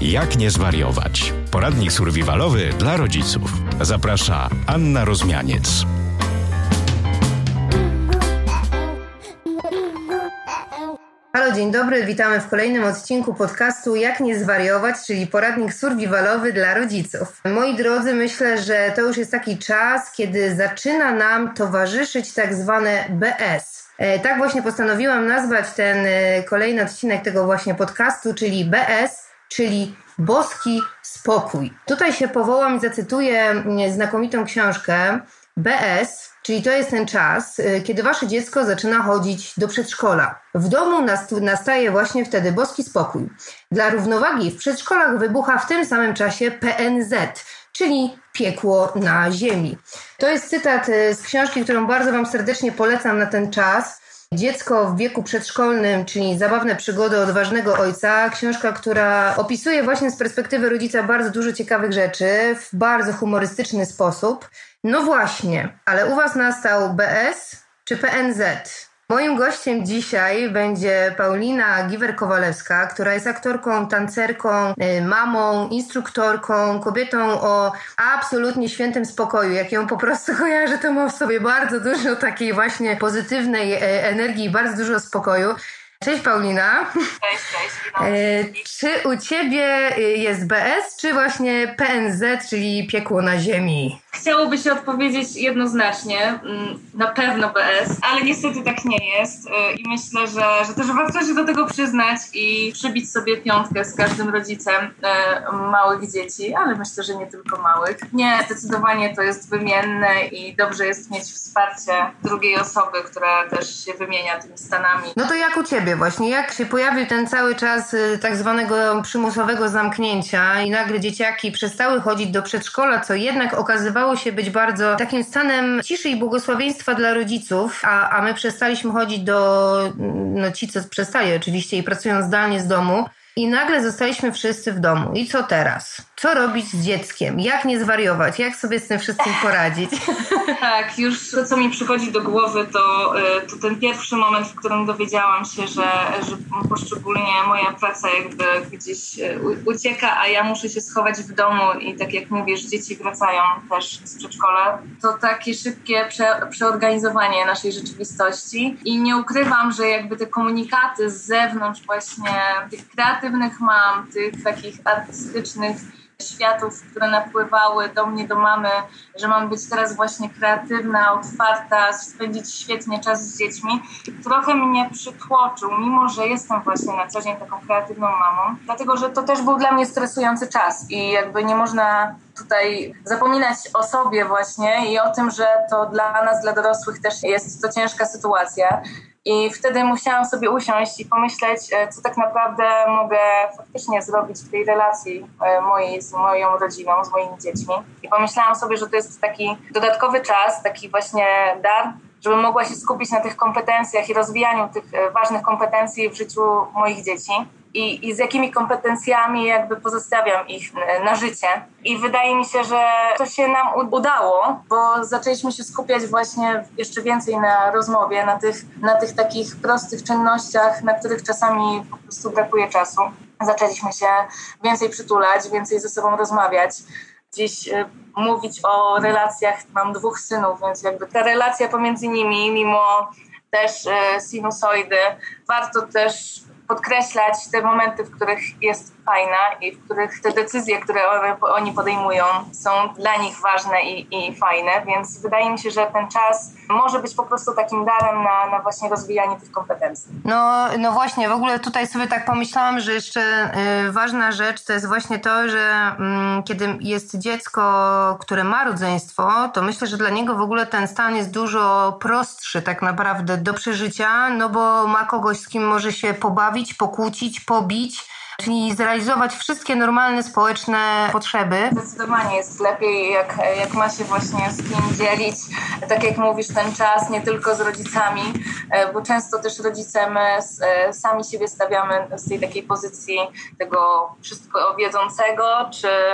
Jak nie zwariować? Poradnik survivalowy dla rodziców. Zaprasza Anna Rozmianiec. Halo, dzień dobry, witamy w kolejnym odcinku podcastu Jak nie zwariować, czyli poradnik survivalowy dla rodziców. Moi drodzy, myślę, że to już jest taki czas, kiedy zaczyna nam towarzyszyć tak zwane BS. Tak właśnie postanowiłam nazwać ten kolejny odcinek tego właśnie podcastu, czyli BS, czyli boski spokój. Tutaj się powołam i zacytuję znakomitą książkę BS, czyli to jest ten czas, kiedy wasze dziecko zaczyna chodzić do przedszkola. W domu nastaje właśnie wtedy boski spokój. Dla równowagi w przedszkolach wybucha w tym samym czasie PNZ, czyli piekło na ziemi. To jest cytat z książki, którą bardzo wam serdecznie polecam na ten czas. Dziecko w wieku przedszkolnym, czyli zabawne przygody odważnego ojca. Książka, która opisuje właśnie z perspektywy rodzica bardzo dużo ciekawych rzeczy w bardzo humorystyczny sposób. No właśnie, ale u was nastał BS czy PNZ? Moim gościem dzisiaj będzie Paulina Giwer-Kowalewska, która jest aktorką, tancerką, mamą, instruktorką, kobietą o absolutnie świętym spokoju. Jak ją po prostu kojarzę, to ma w sobie bardzo dużo takiej właśnie pozytywnej energii i bardzo dużo spokoju. Cześć Paulina. Cześć. Czy u ciebie jest BS, czy właśnie PNZ, czyli piekło na ziemi? Chciałoby się odpowiedzieć jednoznacznie, na pewno BS, ale niestety tak nie jest i myślę, że też warto się do tego przyznać i przybić sobie piątkę z każdym rodzicem małych dzieci, ale myślę, że nie tylko małych. Nie, zdecydowanie to jest wymienne i dobrze jest mieć wsparcie drugiej osoby, która też się wymienia tymi stanami. No to jak u ciebie właśnie, jak się pojawił ten cały czas tak zwanego przymusowego zamknięcia i nagle dzieciaki przestały chodzić do przedszkola, co jednak okazywało się być bardzo takim stanem ciszy i błogosławieństwa dla rodziców, a my przestaliśmy chodzić ci co przestali oczywiście i pracują zdalnie z domu i nagle zostaliśmy wszyscy w domu. I co teraz? Co robić z dzieckiem? Jak nie zwariować? Jak sobie z tym wszystkim poradzić? Tak, już to, co mi przychodzi do głowy, to ten pierwszy moment, w którym dowiedziałam się, że poszczególnie moja praca jakby gdzieś ucieka, a ja muszę się schować w domu i tak jak mówisz, dzieci wracają też z przedszkola. To takie szybkie przeorganizowanie naszej rzeczywistości i nie ukrywam, że jakby te komunikaty z zewnątrz właśnie tych kreatywnych mam, tych takich artystycznych światów, które napływały do mnie, do mamy, że mam być teraz właśnie kreatywna, otwarta, spędzić świetnie czas z dziećmi. Trochę mnie przytłoczył, mimo że jestem właśnie na co dzień taką kreatywną mamą, dlatego że to też był dla mnie stresujący czas i jakby nie można tutaj zapominać o sobie właśnie i o tym, że to dla nas, dla dorosłych też jest to ciężka sytuacja. I wtedy musiałam sobie usiąść i pomyśleć, co tak naprawdę mogę faktycznie zrobić w tej relacji mojej z moją rodziną, z moimi dziećmi. I pomyślałam sobie, że to jest taki dodatkowy czas, taki właśnie dar, żebym mogła się skupić na tych kompetencjach i rozwijaniu tych ważnych kompetencji w życiu moich dzieci. I z jakimi kompetencjami jakby pozostawiam ich na życie. I wydaje mi się, że to się nam udało, bo zaczęliśmy się skupiać właśnie jeszcze więcej na rozmowie, na tych takich prostych czynnościach, na których czasami po prostu brakuje czasu. Zaczęliśmy się więcej przytulać, więcej ze sobą rozmawiać, gdzieś mówić o relacjach. Mam 2 synów, więc jakby ta relacja pomiędzy nimi, mimo też sinusoidy, warto też podkreślać te momenty, w których jest fajna i w których te decyzje, które oni podejmują, są dla nich ważne i fajne, więc wydaje mi się, że ten czas może być po prostu takim darem na właśnie rozwijanie tych kompetencji. No właśnie, w ogóle tutaj sobie tak pomyślałam, że jeszcze ważna rzecz to jest właśnie to, że kiedy jest dziecko, które ma rodzeństwo, to myślę, że dla niego w ogóle ten stan jest dużo prostszy tak naprawdę do przeżycia, no bo ma kogoś, z kim może się pobawić, pokłócić, pobić, czyli zrealizować wszystkie normalne społeczne potrzeby. Zdecydowanie jest lepiej, jak ma się właśnie z kim dzielić, tak jak mówisz, ten czas nie tylko z rodzicami, bo często też rodzice my sami siebie stawiamy z tej takiej pozycji tego wszystko wiedzącego, czy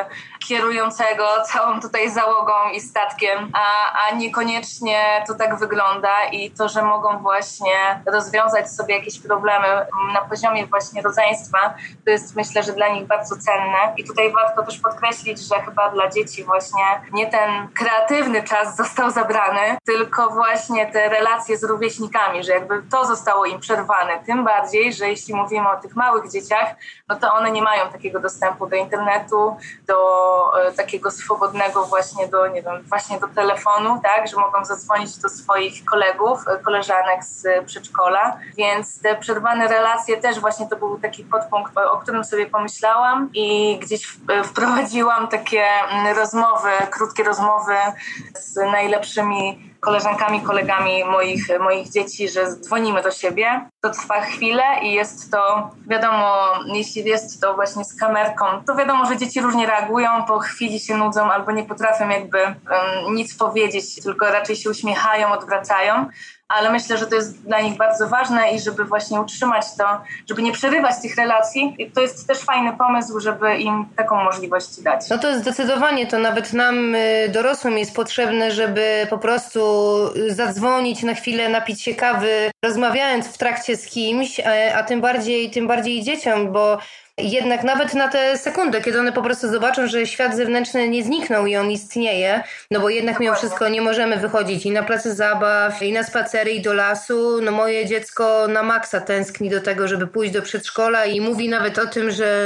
kierującego całą tutaj załogą i statkiem, a niekoniecznie to tak wygląda i to, że mogą właśnie rozwiązać sobie jakieś problemy na poziomie właśnie rodzeństwa, to jest, myślę, że dla nich bardzo cenne. I tutaj warto też podkreślić, że chyba dla dzieci właśnie nie ten kreatywny czas został zabrany, tylko właśnie te relacje z rówieśnikami, że jakby to zostało im przerwane. Tym bardziej, że jeśli mówimy o tych małych dzieciach, no to one nie mają takiego dostępu do internetu, do takiego swobodnego właśnie do, nie wiem, właśnie do telefonu, tak, że mogą zadzwonić do swoich kolegów, koleżanek z przedszkola, więc te przerwane relacje też właśnie to był taki podpunkt, o którym sobie pomyślałam i gdzieś wprowadziłam takie rozmowy, krótkie rozmowy z najlepszymi koleżankami, kolegami moich dzieci, że dzwonimy do siebie. To trwa chwilę i jest to, wiadomo, jeśli jest to właśnie z kamerką, to wiadomo, że dzieci różnie reagują, po chwili się nudzą albo nie potrafią jakby nic powiedzieć, tylko raczej się uśmiechają, odwracają. Ale myślę, że to jest dla nich bardzo ważne i żeby właśnie utrzymać to, żeby nie przerywać tych relacji, to jest też fajny pomysł, żeby im taką możliwość dać. No to zdecydowanie, to nawet nam dorosłym jest potrzebne, żeby po prostu zadzwonić na chwilę, napić się kawy, rozmawiając w trakcie z kimś, a tym bardziej dzieciom, bo jednak nawet na tę sekundę, kiedy one po prostu zobaczą, że świat zewnętrzny nie zniknął i on istnieje, no bo jednak mimo wszystko nie możemy wychodzić i na placy zabaw, i na spacery, i do lasu. No moje dziecko na maksa tęskni do tego, żeby pójść do przedszkola i mówi nawet o tym, że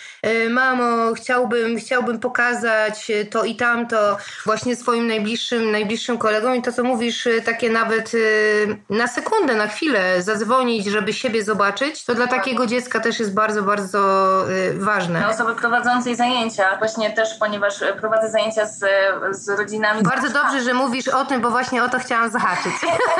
mamo, chciałbym pokazać to i tamto właśnie swoim najbliższym kolegom i to, co mówisz, takie nawet na sekundę, na chwilę zadzwonić, żeby siebie zobaczyć, to dla takiego dziecka też jest bardzo, bardzo ważne. Dla osoby prowadzącej zajęcia, właśnie też, ponieważ prowadzę zajęcia z rodzinami. Bardzo dobrze, że mówisz o tym, bo właśnie o to chciałam zahaczyć.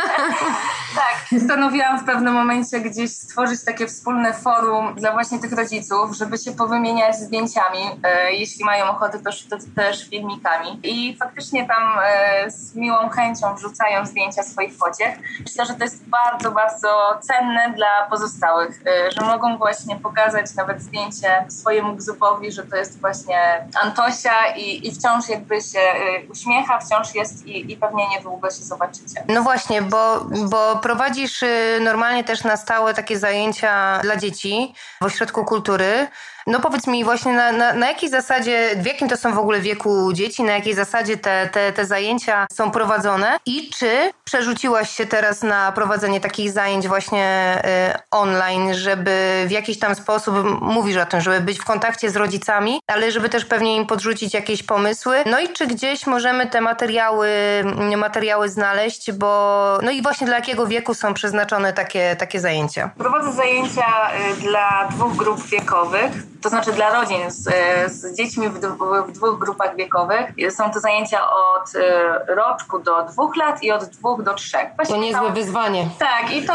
Tak, postanowiłam w pewnym momencie gdzieś stworzyć takie wspólne forum dla właśnie tych rodziców, żeby się powymieniać zdjęciami, jeśli mają ochotę, to też filmikami. I faktycznie tam z miłą chęcią wrzucają zdjęcia swoich pociech. Myślę, że to jest bardzo, bardzo cenne dla pozostałych, że mogą właśnie pokazać nawet zdjęcie swojemu gzupowi, że to jest właśnie Antosia i wciąż jakby się uśmiecha, wciąż jest i pewnie niedługo się zobaczycie. No właśnie, bo prowadzisz normalnie też na stałe takie zajęcia dla dzieci w Ośrodku Kultury. No powiedz mi właśnie na jakiej zasadzie, w jakim to są w ogóle wieku dzieci, na jakiej zasadzie te zajęcia są prowadzone i czy przerzuciłaś się teraz na prowadzenie takich zajęć właśnie online, żeby w jakiś tam sposób, mówisz o tym, żeby być w kontakcie z rodzicami, ale żeby też pewnie im podrzucić jakieś pomysły. No i czy gdzieś możemy te materiały znaleźć, bo no i właśnie dla jakiego wieku są przeznaczone takie zajęcia? Prowadzę zajęcia dla 2 grup wiekowych. To znaczy dla rodzin z dziećmi w 2 grupach wiekowych. Są to zajęcia od roczku do 2 lat i od 2 do 3. To niezłe wyzwanie. Tak, i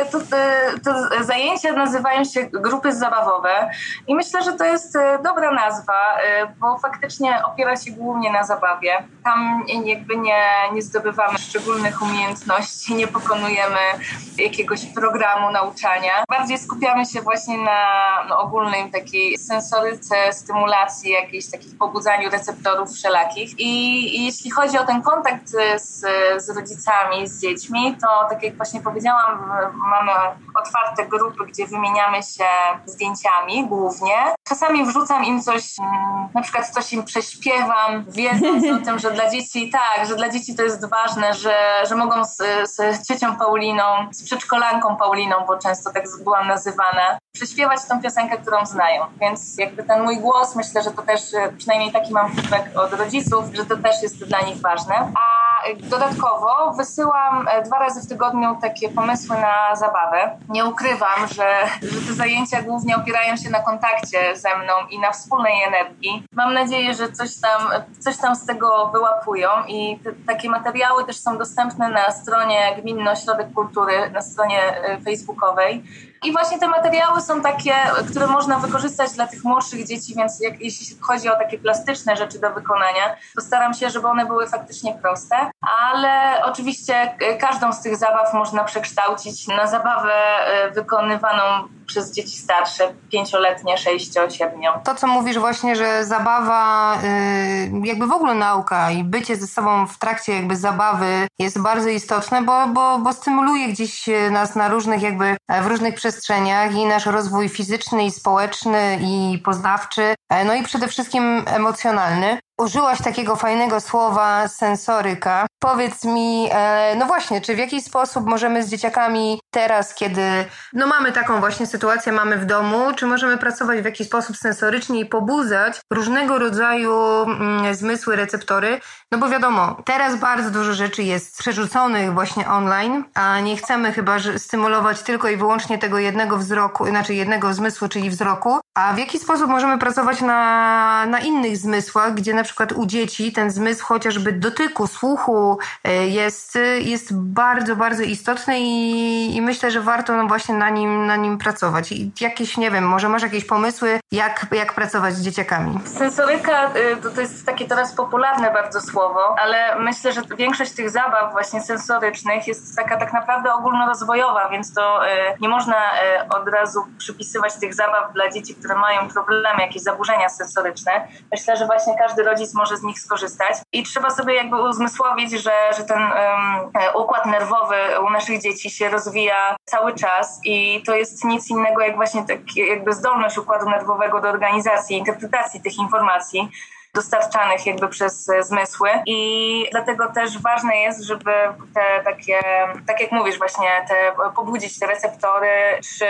to zajęcia nazywają się grupy zabawowe i myślę, że to jest dobra nazwa, bo faktycznie opiera się głównie na zabawie. Tam jakby nie zdobywamy szczególnych umiejętności, nie pokonujemy jakiegoś programu nauczania. Bardziej skupiamy się właśnie na ogólnej takiej sensoryce, stymulacji, jakichś takich pobudzaniu receptorów wszelakich. I jeśli chodzi o ten kontakt z rodzicami, z dziećmi, to tak jak właśnie powiedziałam, mamy otwarte grupy, gdzie wymieniamy się zdjęciami głównie. Czasami wrzucam im coś, na przykład coś im prześpiewam, wiedząc o tym, że dla dzieci to jest ważne, że mogą z ciocią Pauliną, z przedszkolanką Pauliną, bo często tak byłam nazywana, prześpiewać tą piosenkę, którą znają. Więc jakby ten mój głos, myślę, że to też, przynajmniej taki mam feedback od rodziców, że to też jest dla nich ważne. A dodatkowo wysyłam 2 razy w tygodniu takie pomysły na zabawę. Nie ukrywam, że te zajęcia głównie opierają się na kontakcie ze mną i na wspólnej energii. Mam nadzieję, że coś tam z tego wyłapują i takie materiały też są dostępne na stronie Gminny Ośrodek Kultury, na stronie facebookowej. I właśnie te materiały są takie, które można wykorzystać dla tych młodszych dzieci, więc jeśli chodzi o takie plastyczne rzeczy do wykonania, to staram się, żeby one były faktycznie proste, ale oczywiście każdą z tych zabaw można przekształcić na zabawę wykonywaną przez dzieci starsze, 5-letnie, 6-, 7. To, co mówisz właśnie, że zabawa, jakby w ogóle nauka i bycie ze sobą w trakcie jakby zabawy jest bardzo istotne, bo stymuluje gdzieś nas na różnych jakby, w różnych przestrzeniach i nasz rozwój fizyczny i społeczny i poznawczy, no i przede wszystkim emocjonalny. Użyłaś takiego fajnego słowa sensoryka. Powiedz mi, no właśnie, czy w jakiś sposób możemy z dzieciakami teraz, kiedy no mamy taką właśnie sytuację, mamy w domu, czy możemy pracować w jakiś sposób sensorycznie i pobudzać różnego rodzaju zmysły, receptory? No bo wiadomo, teraz bardzo dużo rzeczy jest przerzuconych właśnie online, a nie chcemy chyba stymulować tylko i wyłącznie tego jednego wzroku, znaczy jednego zmysłu, czyli wzroku, a w jaki sposób możemy pracować na innych zmysłach, gdzie na przykład u dzieci ten zmysł chociażby dotyku, słuchu jest bardzo, bardzo istotny i myślę, że warto no właśnie na nim pracować. I jakieś, nie wiem, może masz jakieś pomysły, jak pracować z dzieciakami? Sensoryka to jest takie teraz popularne bardzo słowo, ale myślę, że większość tych zabaw właśnie sensorycznych jest taka tak naprawdę ogólnorozwojowa, więc to nie można od razu przypisywać tych zabaw dla dzieci, które mają problemy, jakieś zaburzenia sensoryczne. Myślę, że właśnie każdy rodzic może z nich skorzystać i trzeba sobie jakby uzmysłowić, że ten układ nerwowy u naszych dzieci się rozwija cały czas i to jest nic innego jak właśnie jakby zdolność układu nerwowego do organizacji, interpretacji tych informacji dostarczanych jakby przez zmysły i dlatego też ważne jest, żeby te takie, tak jak mówisz właśnie, pobudzić te receptory, czy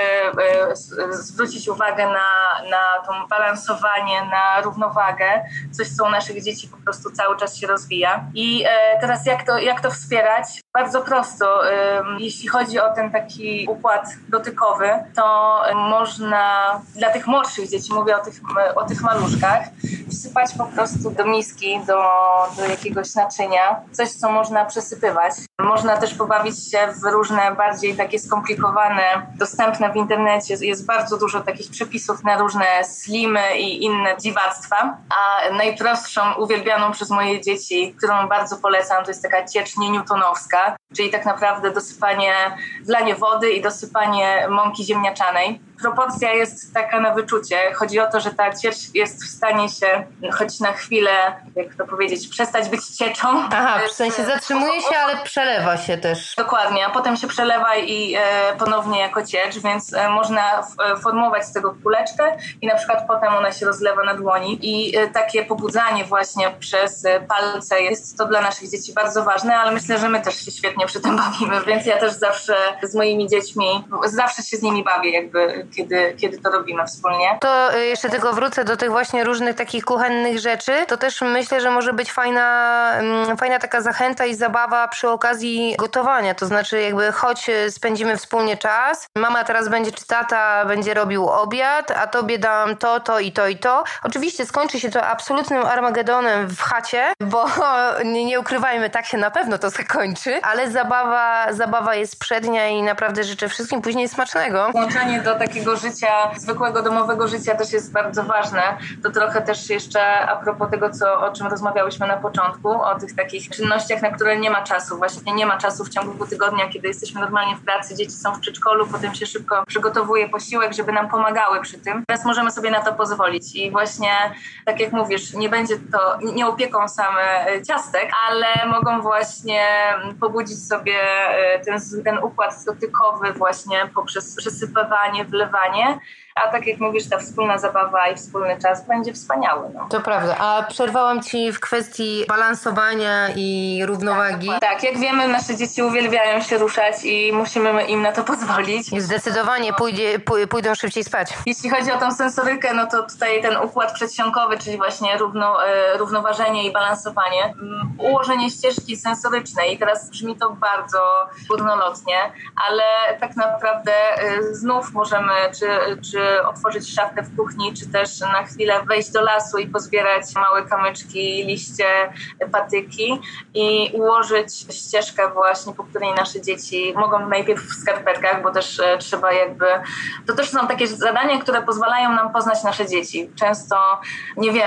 zwrócić uwagę na to balansowanie, na równowagę, coś co u naszych dzieci po prostu cały czas się rozwija. I teraz jak to wspierać? Bardzo prosto. Jeśli chodzi o ten taki układ dotykowy, to można dla tych młodszych dzieci, mówię o tych maluszkach, wsypać po prostu do miski, do jakiegoś naczynia, coś, co można przesypywać. Można też pobawić się w różne bardziej takie skomplikowane, dostępne w internecie. Jest bardzo dużo takich przepisów na różne slimy i inne dziwactwa. A najprostszą, uwielbianą przez moje dzieci, którą bardzo polecam, to jest taka ciecz nienewtonowska, czyli tak naprawdę wlanie wody i dosypanie mąki ziemniaczanej. Proporcja jest taka na wyczucie. Chodzi o to, że ta ciecz jest w stanie się choć na chwilę, jak to powiedzieć, przestać być cieczą. Aha, w sensie zatrzymuje się, ale przelewa się też. Dokładnie, a potem się przelewa i ponownie jako ciecz, więc można formować z tego kuleczkę i na przykład potem ona się rozlewa na dłoni i takie pobudzanie właśnie przez palce jest to dla naszych dzieci bardzo ważne, ale myślę, że my też się świetnie przy tym bawimy, więc ja też zawsze z moimi dziećmi, zawsze się z nimi bawię jakby kiedy to robimy wspólnie. To jeszcze tylko wrócę do tych właśnie różnych takich kuchennych rzeczy. To też myślę, że może być fajna taka zachęta i zabawa przy okazji gotowania. To znaczy jakby choć spędzimy wspólnie czas, mama teraz będzie czy tata będzie robił obiad, a tobie dam to i to i to. Oczywiście skończy się to absolutnym armagedonem w chacie, bo nie ukrywajmy, tak się na pewno to zakończy, ale zabawa jest przednia i naprawdę życzę wszystkim później smacznego. Włączenie do takiego życia, zwykłego domowego życia też jest bardzo ważne. To trochę też jeszcze a propos tego, o czym rozmawiałyśmy na początku, o tych takich czynnościach, na które nie ma czasu. Właśnie nie ma czasu w ciągu tygodnia, kiedy jesteśmy normalnie w pracy, dzieci są w przedszkolu, potem się szybko przygotowuje posiłek, żeby nam pomagały przy tym. Teraz możemy sobie na to pozwolić i właśnie, tak jak mówisz, nie będzie to, nie opieką same ciastek, ale mogą właśnie pobudzić sobie ten układ dotykowy właśnie poprzez przesypywanie, wlewanie, a tak jak mówisz, ta wspólna zabawa i wspólny czas będzie wspaniały. No. To prawda. A przerwałam Ci w kwestii balansowania i równowagi. Tak, jak wiemy, nasze dzieci uwielbiają się ruszać i musimy im na to pozwolić. I zdecydowanie pójdą szybciej spać. Jeśli chodzi o tą sensorykę, no to tutaj ten układ przedsionkowy, czyli właśnie równoważenie i balansowanie, ułożenie ścieżki sensorycznej. I teraz brzmi to bardzo górnolotnie, ale tak naprawdę znów możemy czy otworzyć szafkę w kuchni, czy też na chwilę wejść do lasu i pozbierać małe kamyczki, liście, patyki i ułożyć ścieżkę właśnie, po której nasze dzieci mogą najpierw w skarpetkach, bo też trzeba jakby... To też są takie zadania, które pozwalają nam poznać nasze dzieci. Często nie wiemy,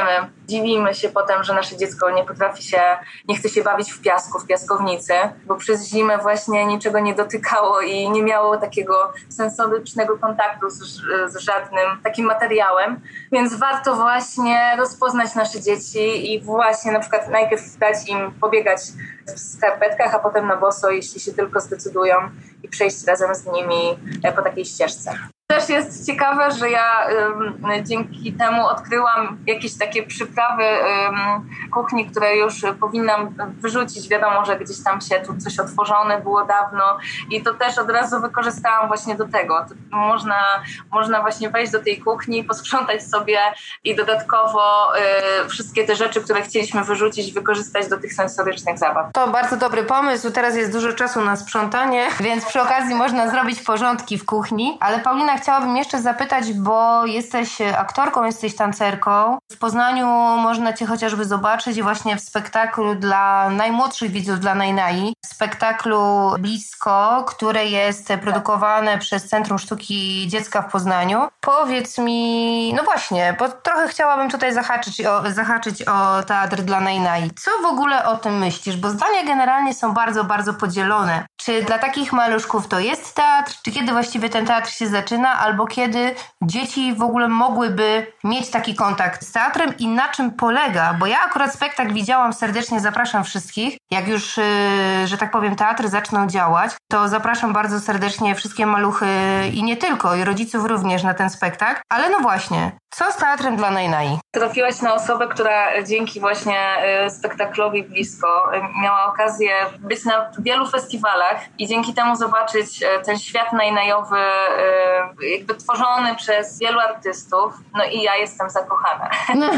dziwimy się potem, że nasze dziecko nie chce się bawić w piasku, w piaskownicy, bo przez zimę właśnie niczego nie dotykało i nie miało takiego sensorycznego kontaktu z żadnym takim materiałem, więc warto właśnie rozpoznać nasze dzieci i właśnie na przykład najpierw dać im pobiegać w skarpetkach, a potem na boso, jeśli się tylko zdecydują, i przejść razem z nimi po takiej ścieżce. Też jest ciekawe, że ja dzięki temu odkryłam jakieś takie przyprawy kuchni, które już powinnam wyrzucić. Wiadomo, że gdzieś tam się tu coś otworzone było dawno i to też od razu wykorzystałam właśnie do tego. Można właśnie wejść do tej kuchni, posprzątać sobie i dodatkowo wszystkie te rzeczy, które chcieliśmy wyrzucić, wykorzystać do tych sensorycznych zabaw. To bardzo dobry pomysł. Teraz jest dużo czasu na sprzątanie, więc przy okazji można zrobić porządki w kuchni. Ale Paulina, chciałabym jeszcze zapytać, bo jesteś aktorką, jesteś tancerką. W Poznaniu można Cię chociażby zobaczyć właśnie w spektaklu dla najmłodszych widzów, dla Najnai. Spektaklu Blisko, które jest produkowane przez Centrum Sztuki Dziecka w Poznaniu. Powiedz mi, no właśnie, bo trochę chciałabym tutaj zahaczyć o teatr dla Najnai. Co w ogóle o tym myślisz? Bo zdania generalnie są bardzo, bardzo podzielone. Czy dla takich maluszków to jest teatr? Czy kiedy właściwie ten teatr się zaczyna? Albo kiedy dzieci w ogóle mogłyby mieć taki kontakt z teatrem i na czym polega? Bo ja akurat spektakl widziałam, serdecznie zapraszam wszystkich. Jak już, że tak powiem, teatry zaczną działać, to zapraszam bardzo serdecznie wszystkie maluchy i nie tylko, i rodziców również na ten spektakl. Ale no właśnie, co z teatrem dla Najnai? Trafiłaś na osobę, która dzięki właśnie spektaklowi Blisko miała okazję być na wielu festiwalach i dzięki temu zobaczyć ten świat najnajowy jakby tworzony przez wielu artystów. No i ja jestem zakochana.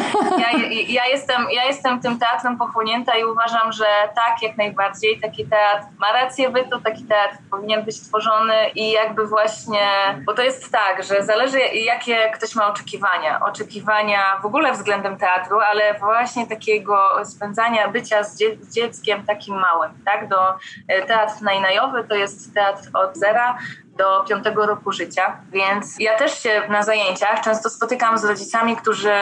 Ja jestem tym teatrem pochłonięta i uważam, że tak, jak najbardziej taki teatr ma rację bytu, taki teatr powinien być tworzony i jakby właśnie, bo to jest tak, że zależy jakie ktoś ma oczekiwania w ogóle względem teatru, ale właśnie takiego spędzania, bycia z dzieckiem takim małym, tak? Teatr najnajowy to jest teatr od 0 do 5 roku życia, więc ja też się na zajęciach często spotykam z rodzicami, którzy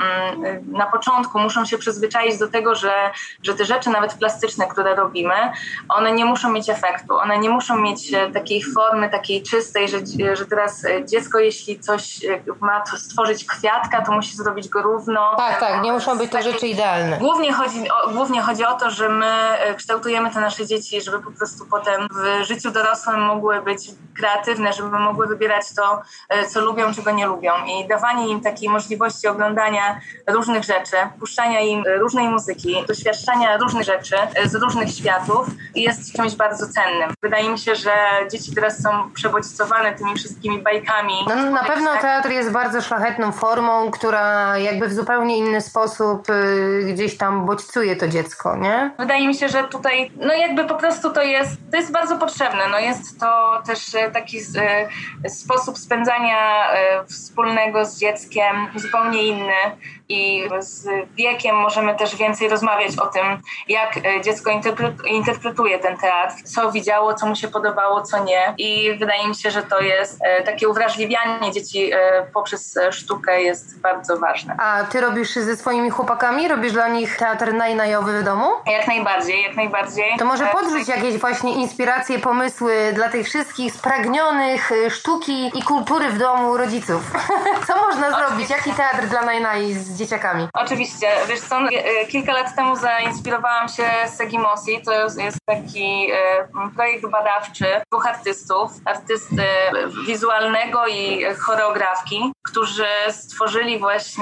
na początku muszą się przyzwyczaić do tego, że te rzeczy nawet plastyczne, które robimy, one nie muszą mieć efektu, one nie muszą mieć takiej formy, takiej czystej, że teraz dziecko, jeśli coś ma stworzyć kwiatka, to musi zrobić go równo. Tak, nie muszą być to rzeczy idealne. Głównie chodzi o to, że my kształtujemy te nasze dzieci, żeby po prostu potem w życiu dorosłym mogły być kreatywne, żeby mogły wybierać to, co lubią, czego nie lubią i dawanie im takiej możliwości oglądania różnych rzeczy, puszczania im różnej muzyki, doświadczania różnych rzeczy z różnych światów jest czymś bardzo cennym. Wydaje mi się, że dzieci teraz są przebodźcowane tymi wszystkimi bajkami. No, na pewno teatr jest bardzo szlachetną formą, która jakby w zupełnie inny sposób gdzieś tam bodźcuje to dziecko, nie? Wydaje mi się, że tutaj jakby po prostu to jest bardzo potrzebne. Jest to też taki sposób spędzania wspólnego z dzieckiem zupełnie inny i z wiekiem możemy też więcej rozmawiać o tym, jak dziecko interpretuje ten teatr, co widziało, co mu się podobało, co nie i wydaje mi się, że to jest takie uwrażliwianie dzieci poprzez sztukę jest bardzo ważne. A ty robisz ze swoimi chłopakami? Robisz dla nich teatr najnajowy w domu? Jak najbardziej. To może podrzuć jakieś właśnie inspiracje, pomysły dla tych wszystkich spragnionych sztuki i kultury w domu rodziców. Co można zrobić? Jaki teatr dla Najnai z dzieciakami? Oczywiście. Wiesz co, kilka lat temu zainspirowałam się Segimosi. To jest taki projekt badawczy 2 artystów. Artysty wizualnego i choreografki, którzy stworzyli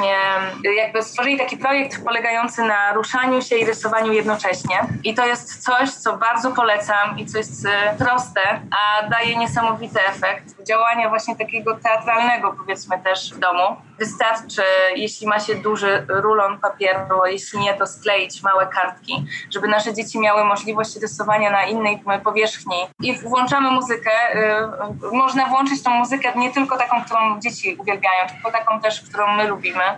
taki projekt polegający na ruszaniu się i rysowaniu jednocześnie. I to jest coś, co bardzo polecam i co jest proste, a daje niesamowity efekt działania właśnie takiego teatralnego, powiedzmy też w domu. Wystarczy, jeśli ma się duży rulon papieru, jeśli nie, to skleić małe kartki, żeby nasze dzieci miały możliwość rysowania na innej powierzchni. I włączamy muzykę. Można włączyć tą muzykę nie tylko taką, którą dzieci uwielbiają, tylko taką też, którą my lubimy.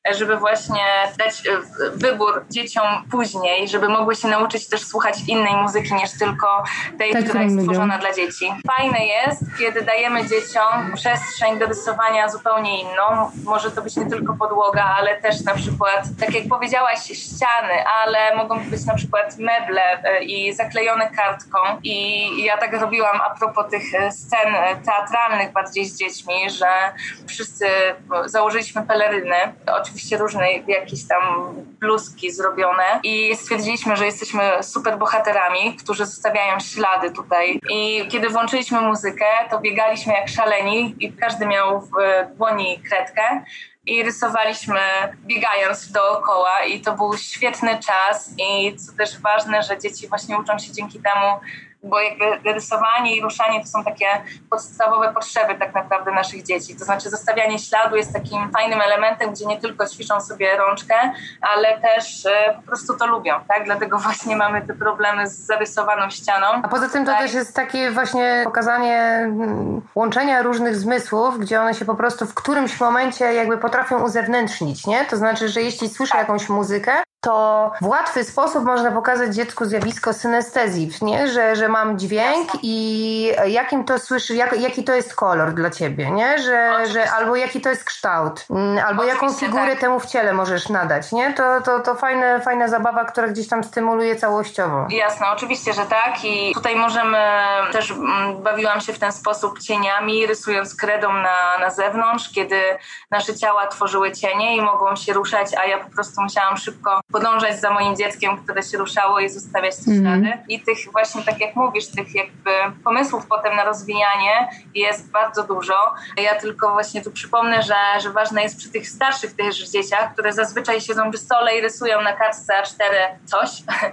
żeby właśnie dać wybór dzieciom później, żeby mogły się nauczyć też słuchać innej muzyki niż tylko tej, która jest stworzona dla dzieci. Fajne jest, kiedy dajemy dzieciom przestrzeń do rysowania zupełnie inną. Może to być nie tylko podłoga, ale też na przykład, tak jak powiedziałaś, ściany, ale mogą być na przykład meble i zaklejone kartką. I ja tak robiłam a propos tych scen teatralnych bardziej z dziećmi, że wszyscy założyliśmy peleryny, oczywiście różnej jakieś tam bluzki zrobione i stwierdziliśmy, że jesteśmy super bohaterami, którzy zostawiają ślady tutaj. I kiedy włączyliśmy muzykę, to biegaliśmy jak szaleni i każdy miał w dłoni kredkę i rysowaliśmy biegając dookoła i to był świetny czas i co też ważne, że dzieci właśnie uczą się dzięki temu, bo jakby rysowanie i ruszanie to są takie podstawowe potrzeby tak naprawdę naszych dzieci. To znaczy zostawianie śladu jest takim fajnym elementem, gdzie nie tylko ćwiczą sobie rączkę, ale też po prostu to lubią, tak? Dlatego właśnie mamy te problemy z zarysowaną ścianą. A poza tym to też jest takie właśnie pokazanie łączenia różnych zmysłów, gdzie one się po prostu w którymś momencie jakby potrafią uzewnętrznić, nie? To znaczy, że jeśli słyszę jakąś muzykę, to w łatwy sposób można pokazać dziecku zjawisko synestezji, nie? Że mam dźwięk i jakim to słyszy, jaki to jest kolor dla ciebie, nie? Że albo jaki to jest kształt, albo jaką figurę temu w ciele możesz nadać, nie? To fajna zabawa, która gdzieś tam stymuluje całościowo. Jasne, oczywiście, że tak i tutaj możemy, też bawiłam się w ten sposób cieniami, rysując kredą na zewnątrz, kiedy nasze ciała tworzyły cienie i mogą się ruszać, a ja po prostu musiałam szybko podążać za moim dzieckiem, które się ruszało i zostawiać te ślady. I tych właśnie, tak jak mówisz, tych jakby pomysłów potem na rozwijanie jest bardzo dużo. Ja tylko właśnie tu przypomnę, że ważne jest przy tych starszych też dzieciach, które zazwyczaj siedzą przy stole i rysują na kartce A4 coś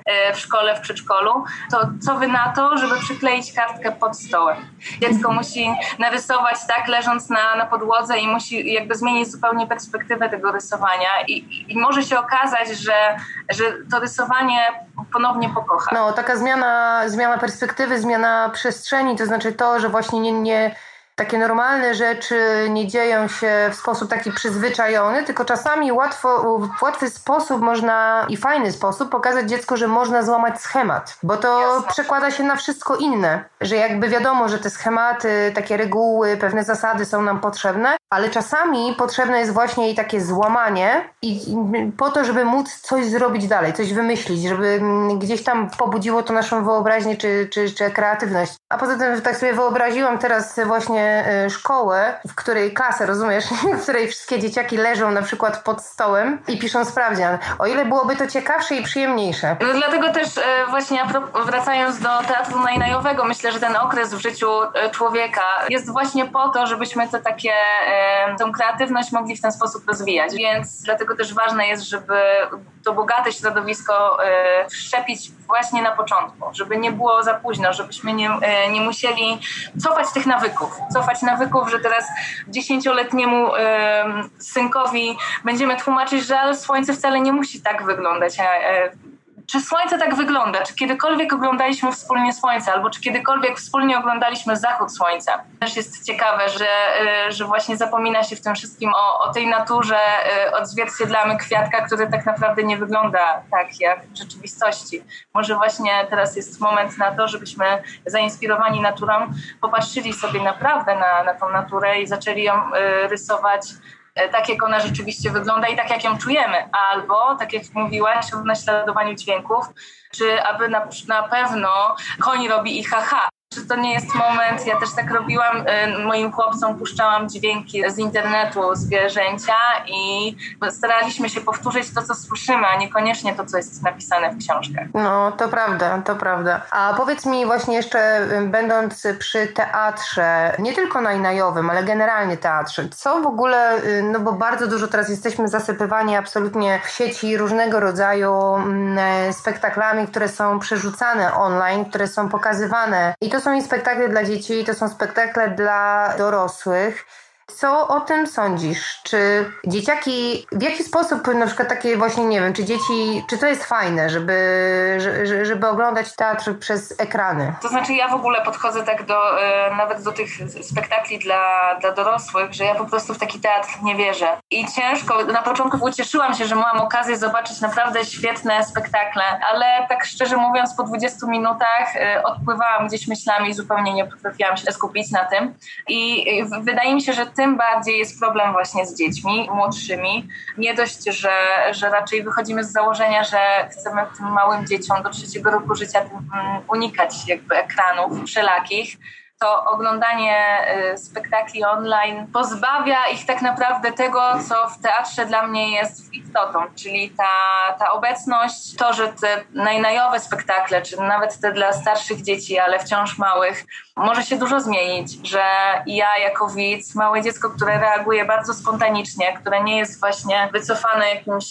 w szkole, w przedszkolu, to co wy na to, żeby przykleić kartkę pod stołem? Dziecko musi narysować tak, leżąc na podłodze i musi jakby zmienić zupełnie perspektywę tego rysowania i może się okazać, że to rysowanie ponownie pokocha. No, taka zmiana perspektywy, zmiana przestrzeni, to znaczy to, że właśnie nie takie normalne rzeczy nie dzieją się w sposób taki przyzwyczajony, tylko czasami w łatwy sposób można i fajny sposób pokazać dziecku, że można złamać schemat, bo to przekłada się na wszystko inne, że jakby wiadomo, że te schematy, takie reguły, pewne zasady są nam potrzebne, ale czasami potrzebne jest właśnie i takie złamanie i po to, żeby móc coś zrobić dalej, coś wymyślić, żeby gdzieś tam pobudziło to naszą wyobraźnię czy kreatywność. A poza tym tak sobie wyobraziłam teraz właśnie szkołę, w której klasę, rozumiesz, w której wszystkie dzieciaki leżą na przykład pod stołem i piszą sprawdzian. O ile byłoby to ciekawsze i przyjemniejsze. No dlatego też właśnie wracając do teatru najnajowego, myślę, że ten okres w życiu człowieka jest właśnie po to, żebyśmy to takie, tą kreatywność mogli w ten sposób rozwijać. Więc dlatego też ważne jest, żeby to bogate środowisko wszczepić właśnie na początku, żeby nie było za późno, żebyśmy nie musieli cofać tych nawyków, że teraz 10-letniemu synkowi będziemy tłumaczyć, że słońce wcale nie musi tak wyglądać. Czy słońce tak wygląda? Czy kiedykolwiek oglądaliśmy wspólnie słońce? Albo czy kiedykolwiek wspólnie oglądaliśmy zachód słońca? Też jest ciekawe, że właśnie zapomina się w tym wszystkim o tej naturze, odzwierciedlamy kwiatka, który tak naprawdę nie wygląda tak jak w rzeczywistości. Może właśnie teraz jest moment na to, żebyśmy zainspirowani naturą popatrzyli sobie naprawdę na tą naturę i zaczęli ją rysować tak, jak ona rzeczywiście wygląda i tak, jak ją czujemy. Albo, tak jak mówiłaś, o naśladowaniu dźwięków, czy aby na pewno koń robi i ha. Czy to nie jest moment, ja też tak robiłam, moim chłopcom puszczałam dźwięki z internetu, zwierzęcia i staraliśmy się powtórzyć to, co słyszymy, a niekoniecznie to, co jest napisane w książkach. No, to prawda. A powiedz mi właśnie jeszcze, będąc przy teatrze, nie tylko najnajowym, ale generalnie teatrze, co w ogóle, no bo bardzo dużo teraz jesteśmy zasypywani absolutnie w sieci różnego rodzaju spektaklami, które są przerzucane online, które są pokazywane i to są i spektakle dla dzieci, to są spektakle dla dorosłych. Co o tym sądzisz? Czy dzieciaki, w jaki sposób na przykład takie właśnie, nie wiem, czy to jest fajne, żeby oglądać teatr przez ekrany? To znaczy ja w ogóle podchodzę tak nawet do tych spektakli dla dorosłych, że ja po prostu w taki teatr nie wierzę. I ciężko, na początku ucieszyłam się, że miałam okazję zobaczyć naprawdę świetne spektakle, ale tak szczerze mówiąc po 20 minutach odpływałam gdzieś myślami i zupełnie nie potrafiłam się skupić na tym. I wydaje mi się, że tym bardziej jest problem właśnie z dziećmi młodszymi. Nie dość, że raczej wychodzimy z założenia, że chcemy tym małym dzieciom do 3 roku życia unikać jakby ekranów wszelakich, to oglądanie spektakli online pozbawia ich tak naprawdę tego, co w teatrze dla mnie jest istotą, czyli ta obecność, to, że te najnowe spektakle, czy nawet te dla starszych dzieci, ale wciąż małych, może się dużo zmienić, że ja jako widz, małe dziecko, które reaguje bardzo spontanicznie, które nie jest właśnie wycofane jakimś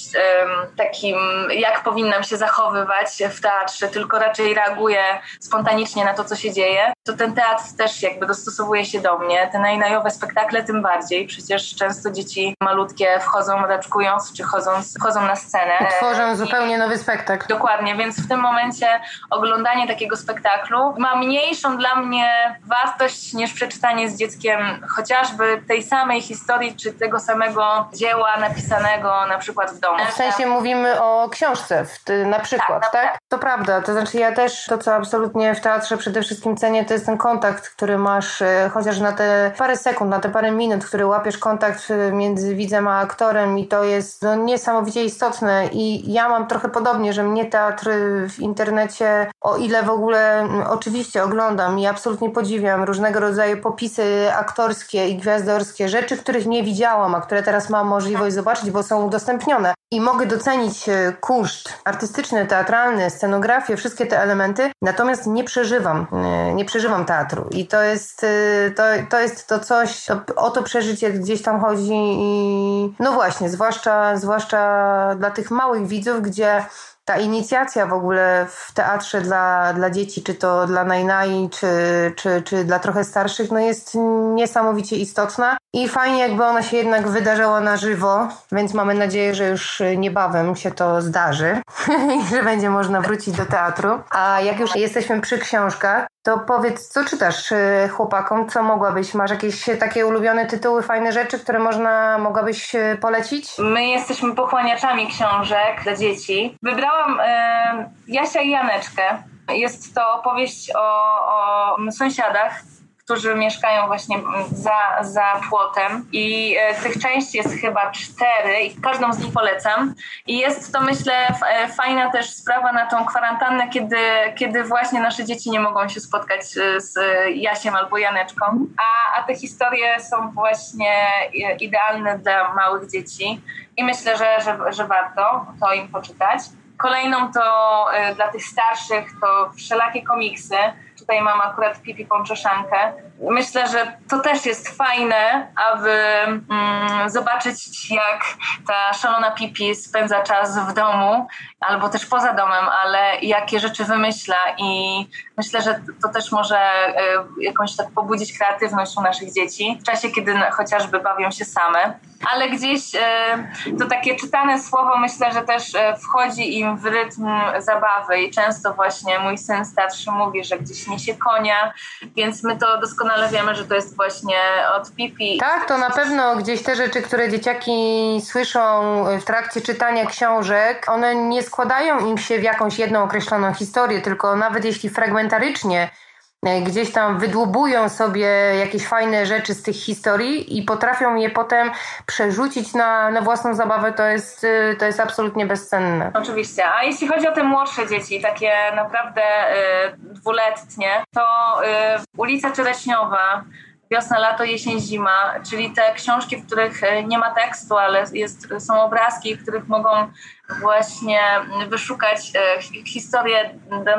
takim, jak powinnam się zachowywać w teatrze, tylko raczej reaguje spontanicznie na to, co się dzieje, to ten teatr też jakby dostosowuje się do mnie. Te najnowe spektakle tym bardziej. Przecież często dzieci malutkie wchodzą raczkując, czy wchodzą na scenę. Tworzą zupełnie nowy spektakl. Dokładnie, więc w tym momencie oglądanie takiego spektaklu ma mniejszą dla mnie wartość niż przeczytanie z dzieckiem chociażby tej samej historii, czy tego samego dzieła napisanego na przykład w domu. W sensie mówimy o książce na przykład, tak? To prawda, to znaczy ja też to, co absolutnie w teatrze przede wszystkim cenię, to jest ten kontakt, który masz chociaż na te parę sekund, na te parę minut, który łapiesz kontakt między widzem a aktorem i to jest niesamowicie istotne i ja mam trochę podobnie, że mnie teatr w internecie, o ile w ogóle oczywiście oglądam i absolutnie podziwiam różnego rodzaju popisy aktorskie i gwiazdorskie, rzeczy, których nie widziałam, a które teraz mam możliwość zobaczyć, bo są udostępnione i mogę docenić kunszt artystyczny, teatralny, scenografię, wszystkie te elementy, natomiast nie przeżywam teatru i to jest to coś, o to przeżycie gdzieś tam chodzi i no właśnie, zwłaszcza dla tych małych widzów, gdzie ta inicjacja w ogóle w teatrze dla dzieci, czy to dla najnai, czy dla trochę starszych, no jest niesamowicie istotna i fajnie jakby ona się jednak wydarzała na żywo, więc mamy nadzieję, że już niebawem się to zdarzy i że będzie można wrócić do teatru. A jak już jesteśmy przy książkach, to powiedz, co czytasz chłopakom? Co masz jakieś takie ulubione tytuły, fajne rzeczy, które mogłabyś polecić? My jesteśmy pochłaniaczami książek dla dzieci. Wybrałam Jasia i Janeczkę. Jest to opowieść o sąsiadach, którzy mieszkają właśnie za płotem i tych części jest chyba 4 i każdą z nich polecam. I jest to, myślę, fajna też sprawa na tą kwarantannę, kiedy właśnie nasze dzieci nie mogą się spotkać z Jasiem albo Janeczką. A te historie są właśnie idealne dla małych dzieci i myślę, że warto to im poczytać. Kolejną to dla tych starszych to wszelakie komiksy. Tutaj mam akurat Pipi Pączeszankę. Myślę, że to też jest fajne, aby zobaczyć, jak ta szalona Pipi spędza czas w domu albo też poza domem, ale jakie rzeczy wymyśla i myślę, że to też może jakąś tak pobudzić kreatywność u naszych dzieci w czasie, kiedy chociażby bawią się same. Ale gdzieś to takie czytane słowo myślę, że też wchodzi im w rytm zabawy i często właśnie mój syn starszy mówi, że gdzieś niesie konia, więc my to doskonale wiemy, że to jest właśnie od Pipi. Tak, to na pewno gdzieś te rzeczy, które dzieciaki słyszą w trakcie czytania książek, one nie składają im się w jakąś jedną określoną historię, tylko nawet jeśli fragmentarycznie gdzieś tam wydłubują sobie jakieś fajne rzeczy z tych historii i potrafią je potem przerzucić na własną zabawę, to jest absolutnie bezcenne. Oczywiście, a jeśli chodzi o te młodsze dzieci, takie naprawdę dwuletnie, to Ulica Czereśniowa, Wiosna, lato, jesień, zima, czyli te książki, w których nie ma tekstu, ale są obrazki, w których mogą właśnie wyszukać historię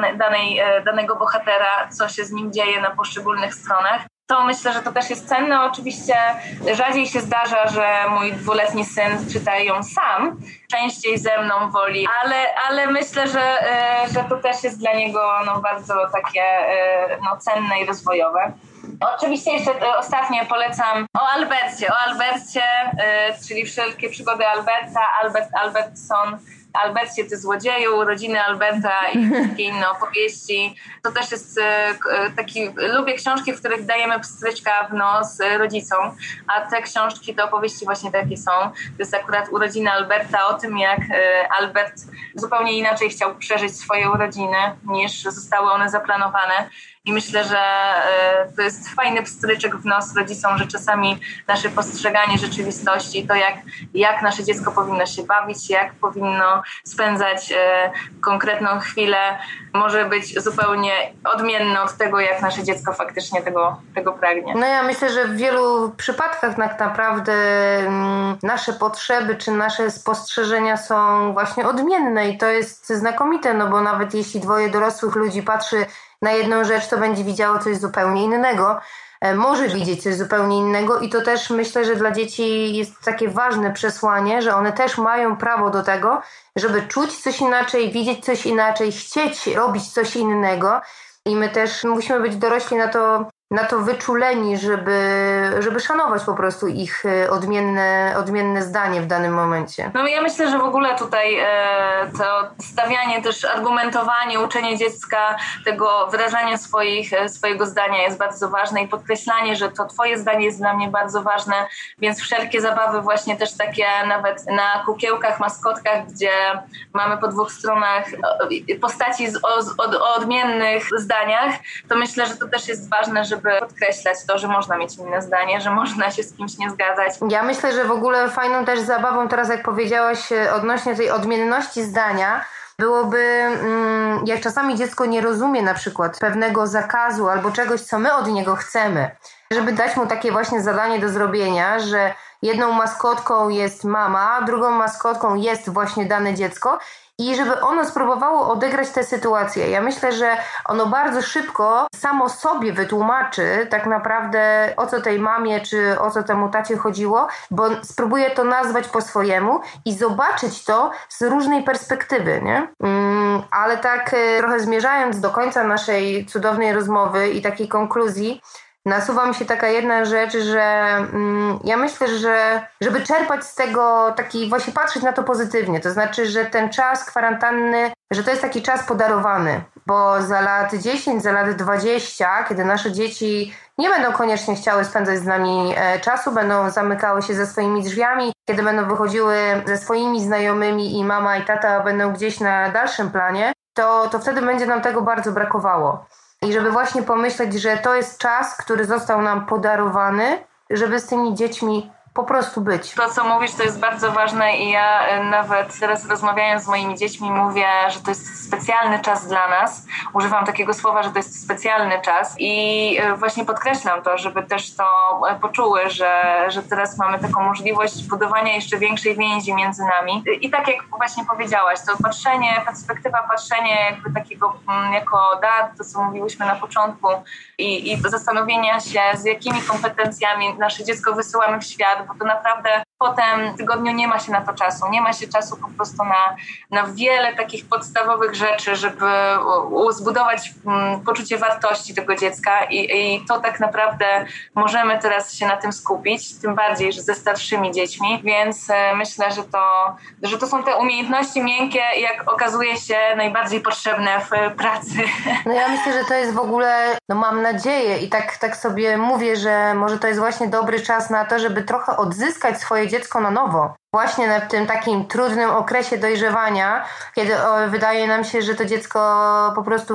danego bohatera, co się z nim dzieje na poszczególnych stronach. To myślę, że to też jest cenne. Oczywiście rzadziej się zdarza, że mój 2-letni syn czyta ją sam, częściej ze mną woli, ale myślę, że to też jest dla niego bardzo takie cenne i rozwojowe. Oczywiście jeszcze ostatnie polecam o Albercie, czyli wszelkie przygody Alberta, Albertson, Albercie, ty złodzieju, rodziny Alberta i wszystkie inne opowieści. To też jest lubię książki, w których dajemy pstryczka w nos rodzicom, a te książki to opowieści właśnie takie są. To jest akurat urodziny Alberta, o tym jak Albert zupełnie inaczej chciał przeżyć swoje urodziny niż zostały one zaplanowane. I myślę, że to jest fajny pstryczek w nos rodzicom, że czasami nasze postrzeganie rzeczywistości, to jak nasze dziecko powinno się bawić, jak powinno spędzać konkretną chwilę, może być zupełnie odmienne od tego, jak nasze dziecko faktycznie tego pragnie. No ja myślę, że w wielu przypadkach tak naprawdę nasze potrzeby czy nasze spostrzeżenia są właśnie odmienne i to jest znakomite, no bo nawet jeśli dwoje dorosłych ludzi patrzy na jedną rzecz, to będzie widziało coś zupełnie innego. Może widzieć coś zupełnie innego i to też myślę, że dla dzieci jest takie ważne przesłanie, że one też mają prawo do tego, żeby czuć coś inaczej, widzieć coś inaczej, chcieć robić coś innego i my też musimy być dorośli na to wyczuleni, żeby szanować po prostu ich odmienne zdanie w danym momencie. No ja myślę, że w ogóle tutaj to stawianie, też argumentowanie, uczenie dziecka tego wyrażania swojego zdania jest bardzo ważne i podkreślanie, że to twoje zdanie jest dla mnie bardzo ważne, więc wszelkie zabawy właśnie też takie nawet na kukiełkach, maskotkach, gdzie mamy po dwóch stronach postaci o odmiennych zdaniach, to myślę, że to też jest ważne, żeby podkreślać to, że można mieć inne zdanie, że można się z kimś nie zgadzać. Ja myślę, że w ogóle fajną też zabawą teraz, jak powiedziałaś odnośnie tej odmienności zdania, byłoby, jak czasami dziecko nie rozumie na przykład pewnego zakazu albo czegoś, co my od niego chcemy, żeby dać mu takie właśnie zadanie do zrobienia, że jedną maskotką jest mama, drugą maskotką jest właśnie dane dziecko i żeby ono spróbowało odegrać tę sytuację. Ja myślę, że ono bardzo szybko samo sobie wytłumaczy tak naprawdę, o co tej mamie czy o co temu tacie chodziło, bo spróbuje to nazwać po swojemu i zobaczyć to z różnej perspektywy, nie? Ale tak trochę zmierzając do końca naszej cudownej rozmowy i takiej konkluzji, nasuwa mi się taka jedna rzecz, że ja myślę, że żeby czerpać z tego, właśnie patrzeć na to pozytywnie, to znaczy, że ten czas kwarantanny, że to jest taki czas podarowany, bo za lat 10, za lat 20, kiedy nasze dzieci nie będą koniecznie chciały spędzać z nami czasu, będą zamykały się ze swoimi drzwiami, kiedy będą wychodziły ze swoimi znajomymi i mama i tata będą gdzieś na dalszym planie, to wtedy będzie nam tego bardzo brakowało. I żeby właśnie pomyśleć, że to jest czas, który został nam podarowany, żeby z tymi dziećmi po prostu być. To, co mówisz, to jest bardzo ważne i ja nawet teraz rozmawiając z moimi dziećmi mówię, że to jest specjalny czas dla nas. Używam takiego słowa, że to jest specjalny czas i właśnie podkreślam to, żeby też to poczuły, że teraz mamy taką możliwość budowania jeszcze większej więzi między nami. I tak jak właśnie powiedziałaś, to perspektywa patrzenia jakby takiego jako dar, to co mówiłyśmy na początku i zastanowienia się, z jakimi kompetencjami nasze dziecko wysyłamy w świat, bo to naprawdę potem w tygodniu nie ma się na to czasu. Nie ma się czasu po prostu na wiele takich podstawowych rzeczy, żeby zbudować poczucie wartości tego dziecka i to tak naprawdę możemy teraz się na tym skupić, tym bardziej, że ze starszymi dziećmi, więc myślę, że to są te umiejętności miękkie, jak okazuje się, najbardziej potrzebne w pracy. No ja myślę, że to jest w ogóle, mam nadzieję i tak sobie mówię, że może to jest właśnie dobry czas na to, żeby trochę odzyskać swoje dziecko na nowo. Właśnie w tym takim trudnym okresie dojrzewania, kiedy wydaje nam się, że to dziecko po prostu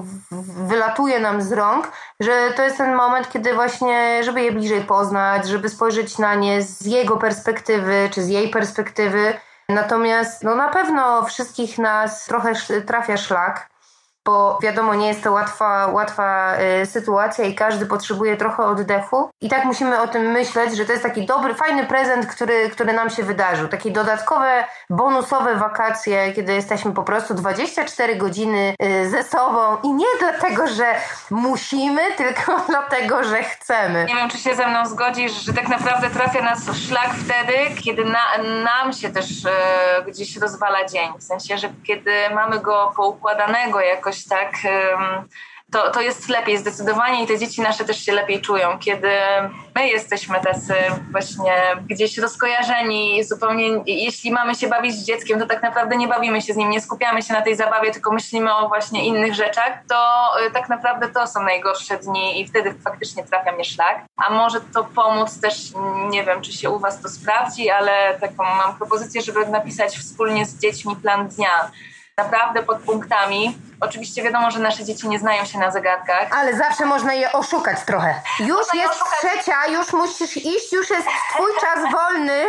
wylatuje nam z rąk, że to jest ten moment, kiedy właśnie, żeby je bliżej poznać, żeby spojrzeć na nie z jego perspektywy, czy z jej perspektywy. Natomiast na pewno wszystkich nas trochę trafia szlak, bo wiadomo, nie jest to łatwa sytuacja i każdy potrzebuje trochę oddechu. I tak musimy o tym myśleć, że to jest taki dobry, fajny prezent, który nam się wydarzył. Takie dodatkowe, bonusowe wakacje, kiedy jesteśmy po prostu 24 godziny ze sobą i nie dlatego, że musimy, tylko dlatego, że chcemy. Nie wiem, czy się ze mną zgodzisz, że tak naprawdę trafia nas szlak wtedy, kiedy nam się też gdzieś rozwala dzień. W sensie, że kiedy mamy go poukładanego jakoś tak to jest lepiej zdecydowanie i te dzieci nasze też się lepiej czują, kiedy my jesteśmy tacy właśnie gdzieś rozkojarzeni zupełnie. Jeśli mamy się bawić z dzieckiem, to tak naprawdę nie bawimy się z nim, nie skupiamy się na tej zabawie, tylko myślimy o właśnie innych rzeczach, to tak naprawdę to są najgorsze dni i wtedy faktycznie trafia mnie szlak. A może to pomóc też, nie wiem, czy się u was to sprawdzi, ale taką mam propozycję, żeby napisać wspólnie z dziećmi plan dnia. Naprawdę pod punktami. Oczywiście wiadomo, że nasze dzieci nie znają się na zegarkach. Ale zawsze można je oszukać trochę. Już jest 3:00, już musisz iść, już jest twój czas wolny.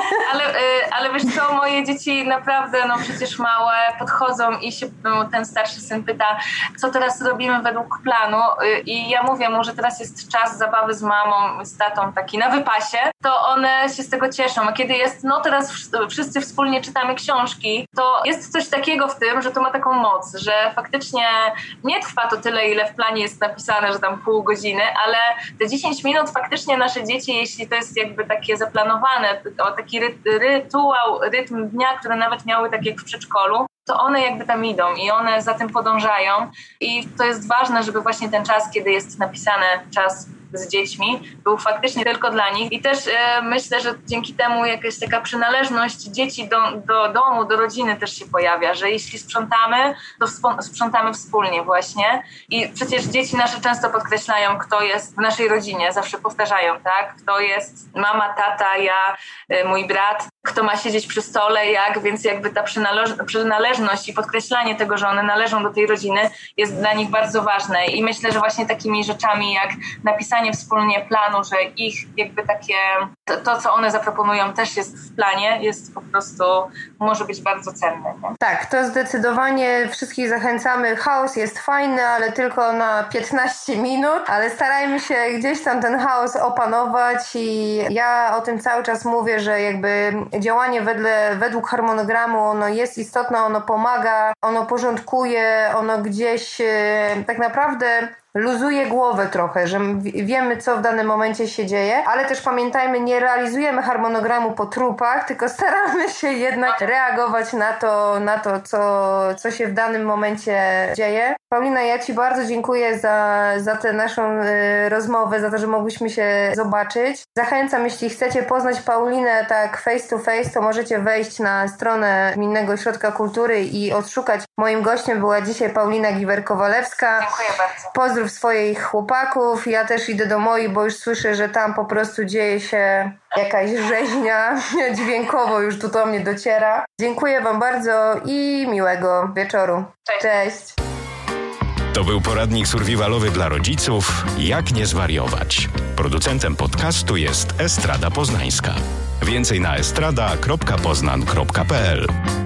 Ale wiesz co, moje dzieci naprawdę, przecież małe, podchodzą i się ten starszy syn pyta, co teraz robimy według planu i ja mówię mu, że teraz jest czas zabawy z mamą, z tatą taki na wypasie, to one się z tego cieszą. A kiedy jest, teraz wszyscy wspólnie czytamy książki, to jest coś takiego w tym, że to ma taką moc, że faktycznie nie trwa to tyle, ile w planie jest napisane, że tam pół godziny, ale te 10 minut faktycznie nasze dzieci, jeśli to jest jakby takie zaplanowane, taki rytuał, rytm dnia, które nawet miały tak jak w przedszkolu, to one jakby tam idą i one za tym podążają i to jest ważne, żeby właśnie ten czas, kiedy jest napisane czas z dziećmi, był faktycznie tylko dla nich i też myślę, że dzięki temu jakaś taka przynależność dzieci do domu, do rodziny też się pojawia, że jeśli sprzątamy, to sprzątamy wspólnie właśnie i przecież dzieci nasze często podkreślają, kto jest w naszej rodzinie, zawsze powtarzają, tak? Kto jest mama, tata, ja, mój brat, kto ma siedzieć przy stole, jak, więc jakby ta przynależność i podkreślanie tego, że one należą do tej rodziny jest dla nich bardzo ważne i myślę, że właśnie takimi rzeczami jak napisanie wspólnie planu, że ich jakby takie, to co one zaproponują też jest w planie, jest po prostu, może być bardzo cenne. Nie? Tak, to zdecydowanie wszystkich zachęcamy. Chaos jest fajny, ale tylko na 15 minut, ale starajmy się gdzieś tam ten chaos opanować i ja o tym cały czas mówię, że jakby działanie według harmonogramu, ono jest istotne, ono pomaga, ono porządkuje, ono gdzieś tak naprawdę luzuje głowę trochę, że wiemy, co w danym momencie się dzieje, ale też pamiętajmy, nie realizujemy harmonogramu po trupach, tylko staramy się jednak reagować na to co się w danym momencie dzieje. Paulina, ja Ci bardzo dziękuję za tę naszą rozmowę, za to, że mogłyśmy się zobaczyć. Zachęcam, jeśli chcecie poznać Paulinę tak face to face, to możecie wejść na stronę Gminnego Ośrodka Kultury i odszukać. Moim gościem była dzisiaj Paulina Giwer-Kowalewska. Dziękuję bardzo. Pozdrów swoich chłopaków. Ja też idę do moich, bo już słyszę, że tam po prostu dzieje się jakaś rzeźnia dźwiękowo już tu do mnie dociera. Dziękuję Wam bardzo i miłego wieczoru. Cześć. To był poradnik survivalowy dla rodziców Jak nie zwariować. Producentem podcastu jest Estrada Poznańska. Więcej na estrada.poznan.pl